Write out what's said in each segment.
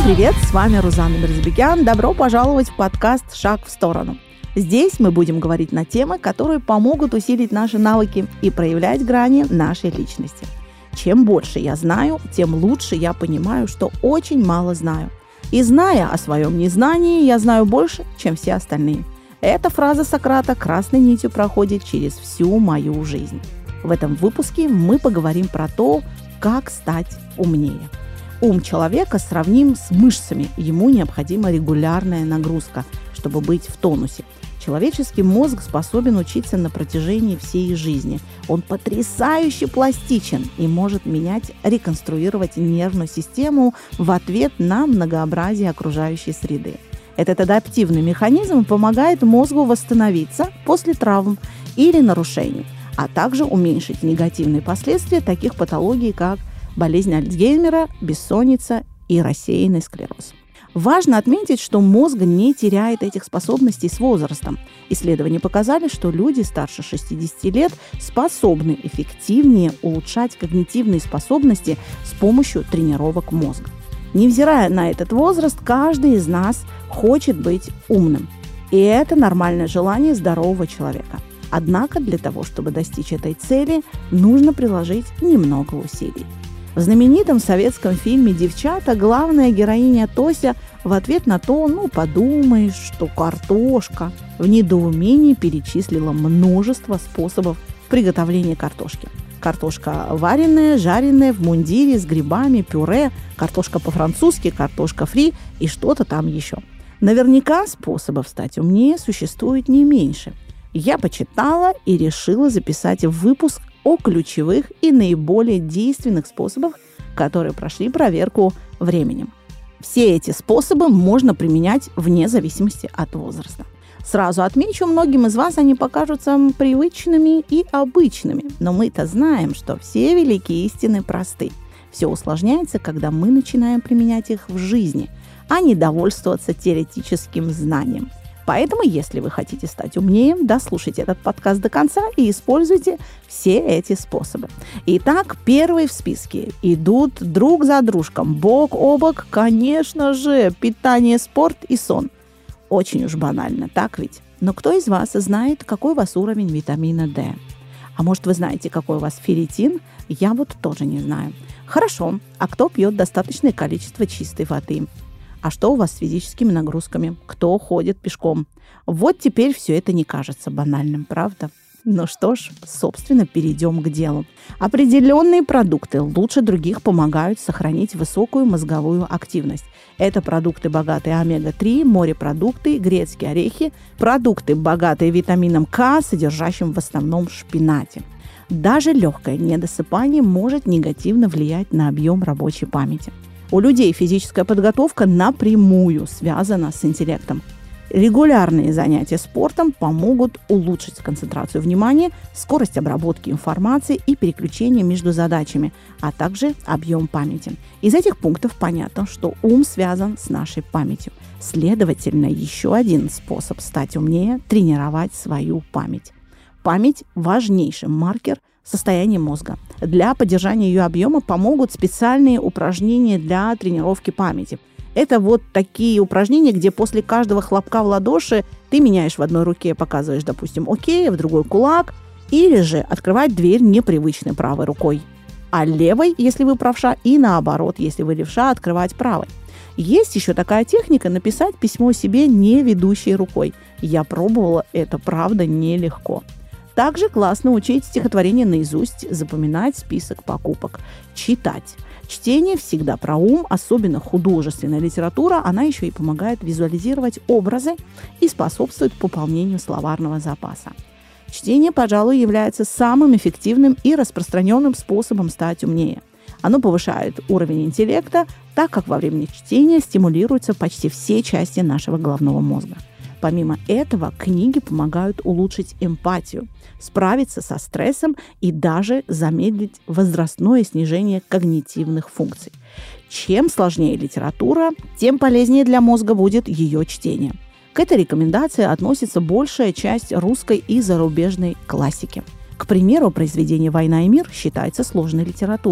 привет! С вами Рузанна Мирзабекян. Добро пожаловать в подкаст «Шаг в сторону». Здесь мы будем говорить на темы, которые помогут усилить наши навыки и проявлять грани нашей личности. Чем больше я знаю, тем лучше я понимаю, что очень мало знаю. И зная о своем незнании, я знаю больше, чем все остальные. Эта фраза Сократа красной нитью проходит через всю мою жизнь. В этом выпуске мы поговорим про то, как стать умнее. Ум человека сравним с мышцами. Ему необходима регулярная нагрузка, чтобы быть в тонусе. Человеческий мозг способен учиться на протяжении всей жизни. Он потрясающе пластичен и может менять, реконструировать нервную систему в ответ на многообразие окружающей среды. Этот адаптивный механизм помогает мозгу восстановиться после травм или нарушений, а также уменьшить негативные последствия таких патологий, как болезнь Альцгеймера, бессонница и рассеянный склероз. Важно отметить, что мозг не теряет этих способностей с возрастом. Исследования показали, что люди старше 60 лет способны эффективнее улучшать когнитивные способности с помощью тренировок мозга. Невзирая на этот возраст, каждый из нас хочет быть умным. И это нормальное желание здорового человека. Однако для того, чтобы достичь этой цели, нужно приложить немного усилий. В знаменитом советском фильме «Девчата» главная героиня Тося в ответ на то подумаешь, что картошка, в недоумении перечислила множество способов приготовления картошки. Картошка вареная, жареная, в мундире, с грибами, пюре, картошка по-французски, картошка фри и что-то там еще. Наверняка способов стать умнее существует не меньше. Я почитала и решила записать выпуск о ключевых и наиболее действенных способах, которые прошли проверку временем. Все эти способы можно применять вне зависимости от возраста. Сразу отмечу, многим из вас они покажутся привычными и обычными, но мы-то знаем, что все великие истины просты. Все усложняется, когда мы начинаем применять их в жизни, а не довольствоваться теоретическим знанием. Поэтому, если вы хотите стать умнее, дослушайте этот подкаст до конца и используйте все эти способы. Итак, первые в списке идут друг за дружком, бок о бок, конечно же, питание, спорт и сон. Очень уж банально, так ведь? Но кто из вас знает, какой у вас уровень витамина D? А может, вы знаете, какой у вас ферритин? Я вот тоже не знаю. Хорошо, а кто пьет достаточное количество чистой воды? А что у вас с физическими нагрузками? Кто ходит пешком? Вот теперь все это не кажется банальным, правда? Ну что ж, собственно, перейдем к делу. Определенные продукты лучше других помогают сохранить высокую мозговую активность. Это продукты, богатые омега-3, морепродукты, грецкие орехи, продукты, богатые витамином К, содержащим в основном шпинате. Даже легкое недосыпание может негативно влиять на объем рабочей памяти. У людей физическая подготовка напрямую связана с интеллектом. Регулярные занятия спортом помогут улучшить концентрацию внимания, скорость обработки информации и переключение между задачами, а также объем памяти. Из этих пунктов понятно, что ум связан с нашей памятью. Следовательно, еще один способ стать умнее – тренировать свою память. Память – важнейший маркер состояние мозга. Для поддержания ее объема помогут специальные упражнения для тренировки памяти. Это вот такие упражнения, где после каждого хлопка в ладоши ты меняешь в одной руке, показываешь, допустим, окей, в другой кулак, или же открывать дверь непривычной правой рукой, а левой, если вы правша, и наоборот, если вы левша, открывать правой. Есть еще такая техника написать письмо себе не ведущей рукой. Я пробовала, это правда нелегко. Также классно учить стихотворение наизусть, запоминать список покупок, читать. Чтение всегда про ум, особенно художественная литература, она еще и помогает визуализировать образы и способствует пополнению словарного запаса. Чтение, пожалуй, является самым эффективным и распространенным способом стать умнее. Оно повышает уровень интеллекта, так как во время чтения стимулируются почти все части нашего головного мозга. Помимо этого, книги помогают улучшить эмпатию, справиться со стрессом и даже замедлить возрастное снижение когнитивных функций. Чем сложнее литература, тем полезнее для мозга будет ее чтение. К этой рекомендации относится большая часть русской и зарубежной классики. К примеру, произведение «Война и мир» считается сложной литературой,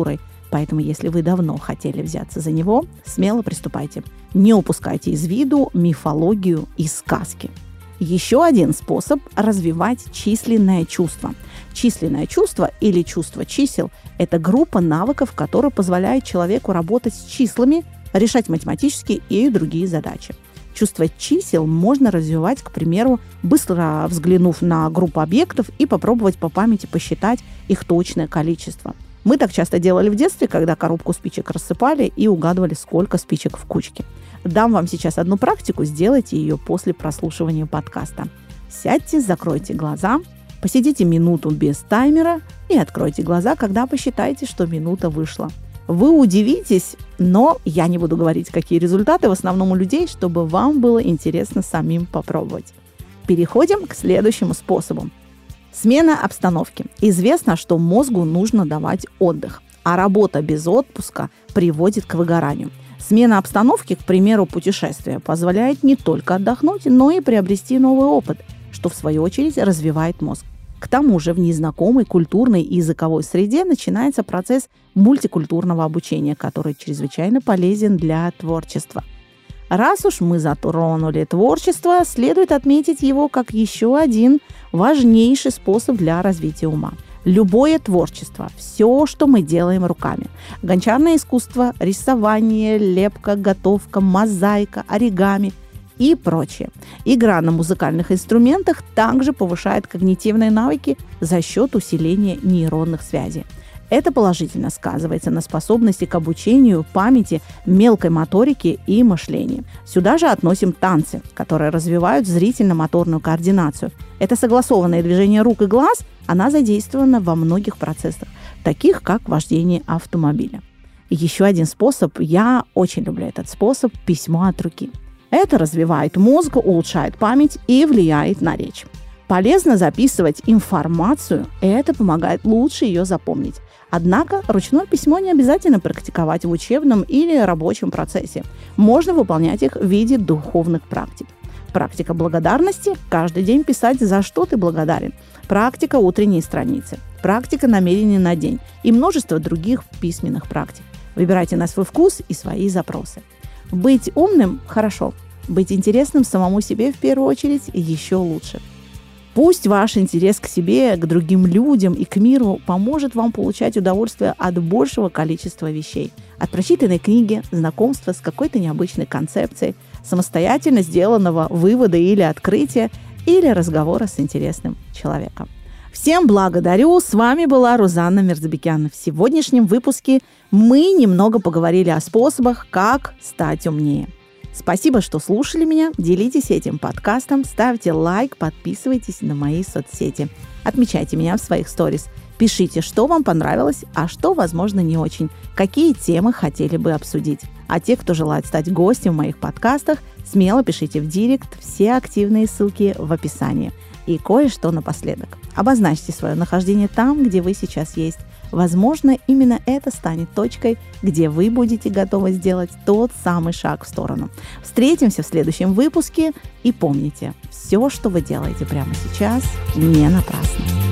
Поэтому, если вы давно хотели взяться за него, смело приступайте. Не упускайте из виду мифологию и сказки. Еще один способ – развивать численное чувство. Численное чувство или чувство чисел – это группа навыков, которая позволяет человеку работать с числами, решать математические и другие задачи. Чувство чисел можно развивать, к примеру, быстро взглянув на группу объектов и попробовать по памяти посчитать их точное количество. Мы так часто делали в детстве, когда коробку спичек рассыпали и угадывали, сколько спичек в кучке. Дам вам сейчас одну практику, сделайте ее после прослушивания подкаста. Сядьте, закройте глаза, посидите минуту без таймера и откройте глаза, когда посчитаете, что минута вышла. Вы удивитесь, но я не буду говорить, какие результаты, в основном у людей, чтобы вам было интересно самим попробовать. Переходим к следующему способу. Смена обстановки. Известно, что мозгу нужно давать отдых, а работа без отпуска приводит к выгоранию. Смена обстановки, к примеру, путешествия, позволяет не только отдохнуть, но и приобрести новый опыт, что в свою очередь развивает мозг. К тому же в незнакомой культурной и языковой среде начинается процесс мультикультурного обучения, который чрезвычайно полезен для творчества. Раз уж мы затронули творчество, следует отметить его как еще один важнейший способ для развития ума. Любое творчество, все, что мы делаем руками. Гончарное искусство, рисование, лепка, готовка, мозаика, оригами и прочее. Игра на музыкальных инструментах также повышает когнитивные навыки за счет усиления нейронных связей. Это положительно сказывается на способности к обучению, памяти, мелкой моторике и мышлению. Сюда же относим танцы, которые развивают зрительно-моторную координацию. Это согласованное движение рук и глаз, она задействована во многих процессах, таких как вождение автомобиля. Еще один способ, я очень люблю этот способ – письмо от руки. Это развивает мозг, улучшает память и влияет на речь. Полезно записывать информацию, это помогает лучше ее запомнить. Однако ручное письмо не обязательно практиковать в учебном или рабочем процессе. Можно выполнять их в виде духовных практик. Практика благодарности – каждый день писать, за что ты благодарен. Практика утренней страницы. Практика намерения на день. И множество других письменных практик. Выбирайте на свой вкус и свои запросы. Быть умным – хорошо. Быть интересным самому себе в первую очередь еще лучше. Пусть ваш интерес к себе, к другим людям и к миру поможет вам получать удовольствие от большего количества вещей. От прочитанной книги, знакомства с какой-то необычной концепцией, самостоятельно сделанного вывода или открытия, или разговора с интересным человеком. Всем благодарю. С вами была Рузанна Мирзабекян. В сегодняшнем выпуске мы немного поговорили о способах, как стать умнее. Спасибо, что слушали меня. Делитесь этим подкастом, ставьте лайк, подписывайтесь на мои соцсети. Отмечайте меня в своих сторис. Пишите, что вам понравилось, а что, возможно, не очень. Какие темы хотели бы обсудить. А те, кто желает стать гостем в моих подкастах, смело пишите в директ. Все активные ссылки в описании. И кое-что напоследок. Обозначьте свое нахождение там, где вы сейчас есть. Возможно, именно это станет точкой, где вы будете готовы сделать тот самый шаг в сторону. Встретимся в следующем выпуске и помните, все, что вы делаете прямо сейчас, не напрасно.